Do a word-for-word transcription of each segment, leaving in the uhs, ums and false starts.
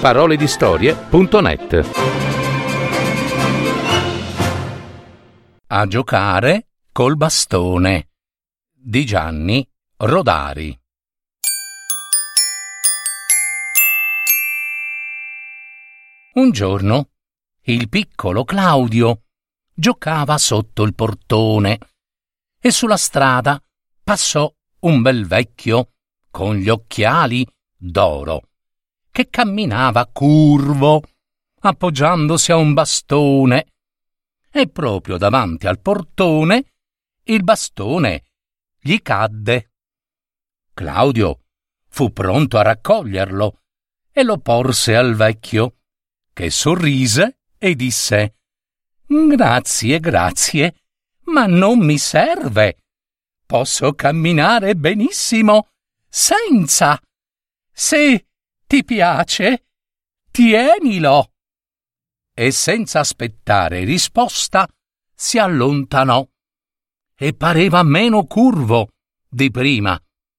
parole di storie punto net. A giocare col bastone di Gianni Rodari. Un giorno il piccolo Claudio giocava sotto il portone e sulla strada passò un bel vecchio con gli occhiali d'oro che camminava curvo, appoggiandosi a un bastone, e proprio davanti al portone il bastone gli cadde. Claudio fu pronto a raccoglierlo e lo porse al vecchio, che sorrise e disse: «Grazie, grazie, ma non mi serve. Posso camminare benissimo senza. Se ti piace, tienilo». E senza aspettare risposta si allontanò e pareva meno curvo di prima.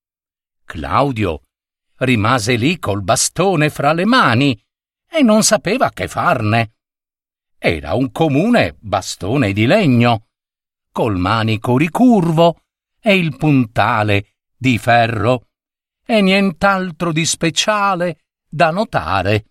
Claudio rimase lì col bastone fra le mani e non sapeva che farne. Era un comune bastone di legno, col manico ricurvo e il puntale di ferro, e nient'altro di speciale da notare.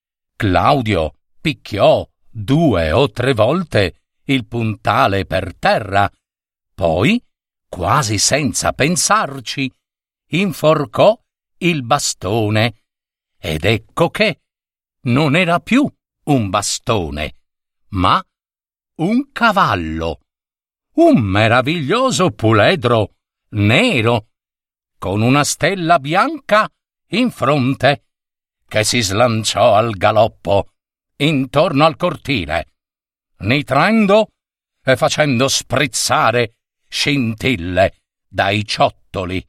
Claudio picchiò due o tre volte il puntale per terra, poi, quasi senza pensarci, inforcò il bastone, ed ecco che non era più un bastone, ma un cavallo, un meraviglioso puledro nero, con una stella bianca in fronte, che si slanciò al galoppo intorno al cortile, nitrendo e facendo sprizzare scintille dai ciottoli.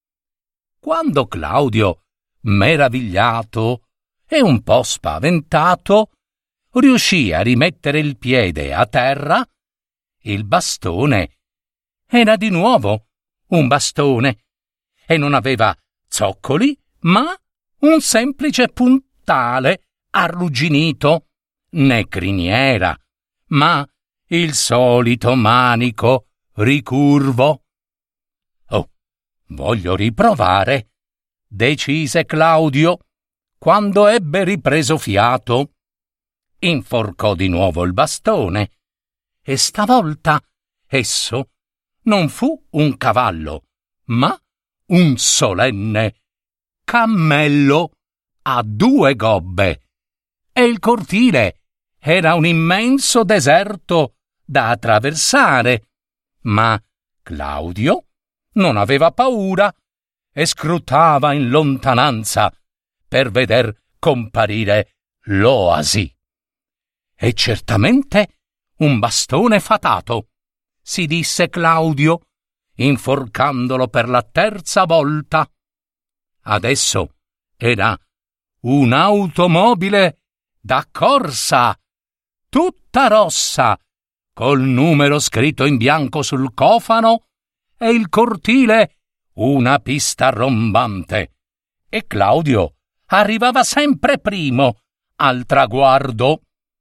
Quando Claudio, meravigliato e un po' spaventato, riuscì a rimettere il piede a terra, il bastone era di nuovo un bastone e non aveva zoccoli, ma un semplice puntale arrugginito, né criniera, ma il solito manico ricurvo. «Oh, voglio riprovare», decise Claudio, quando ebbe ripreso fiato. Inforcò di nuovo il bastone e stavolta esso non fu un cavallo, ma un solenne cammello a due gobbe, e il cortile era un immenso deserto da attraversare, ma Claudio non aveva paura e scrutava in lontananza per veder comparire l'oasi. «È certamente un bastone fatato», si disse Claudio, inforcandolo per la terza volta. Adesso era un'automobile da corsa, tutta rossa, col numero scritto in bianco sul cofano, e il cortile una pista rombante, e Claudio arrivava sempre primo al traguardo.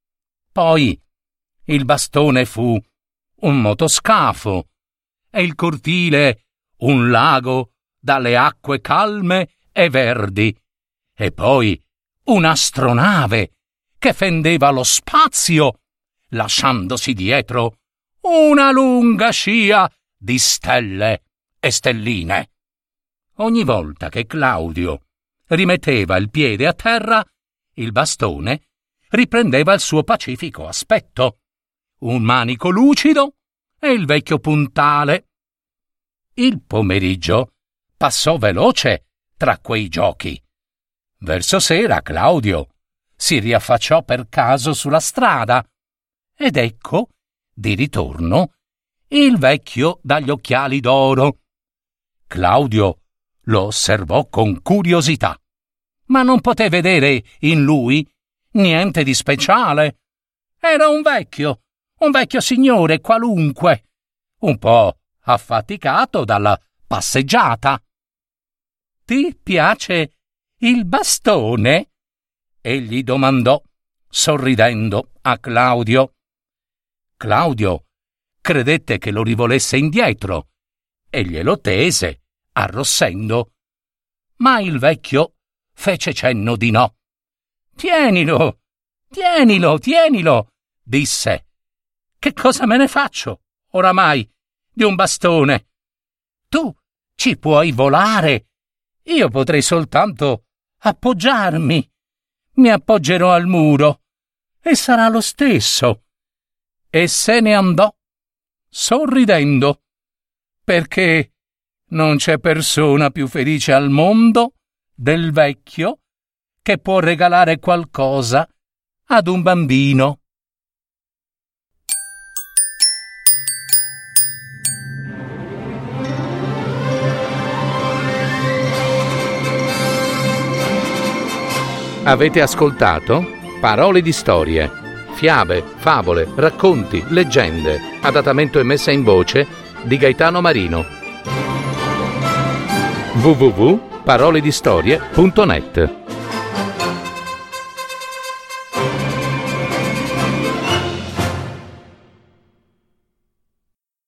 Poi il bastone fu un motoscafo e il cortile un lago dalle acque calme e verdi, e poi un'astronave che fendeva lo spazio, lasciandosi dietro una lunga scia di stelle e stelline. Ogni volta che Claudio rimetteva il piede a terra, il bastone riprendeva il suo pacifico aspetto, un manico lucido e il vecchio puntale. Il pomeriggio passò veloce tra quei giochi. Verso sera Claudio si riaffacciò per caso sulla strada ed ecco, di ritorno, il vecchio dagli occhiali d'oro. Claudio lo osservò con curiosità, ma non poté vedere in lui niente di speciale. Era un vecchio, un vecchio signore qualunque, un po' affaticato dalla passeggiata. «Ti piace il bastone?» egli domandò, sorridendo, a Claudio. Claudio credette che lo rivolesse indietro e glielo tese, arrossendo. Ma il vecchio fece cenno di no. «Tienilo, tienilo, tienilo», disse. «Che cosa me ne faccio, oramai, di un bastone? Tu ci puoi volare, io potrei soltanto appoggiarmi. Mi appoggerò al muro e sarà lo stesso». E se ne andò, sorridendo, perché non c'è persona più felice al mondo del vecchio che può regalare qualcosa ad un bambino. Avete ascoltato Parole di storie, fiabe, favole, racconti, leggende, adattamento e messa in voce di Gaetano Marino. w w w punto paroledistorie punto net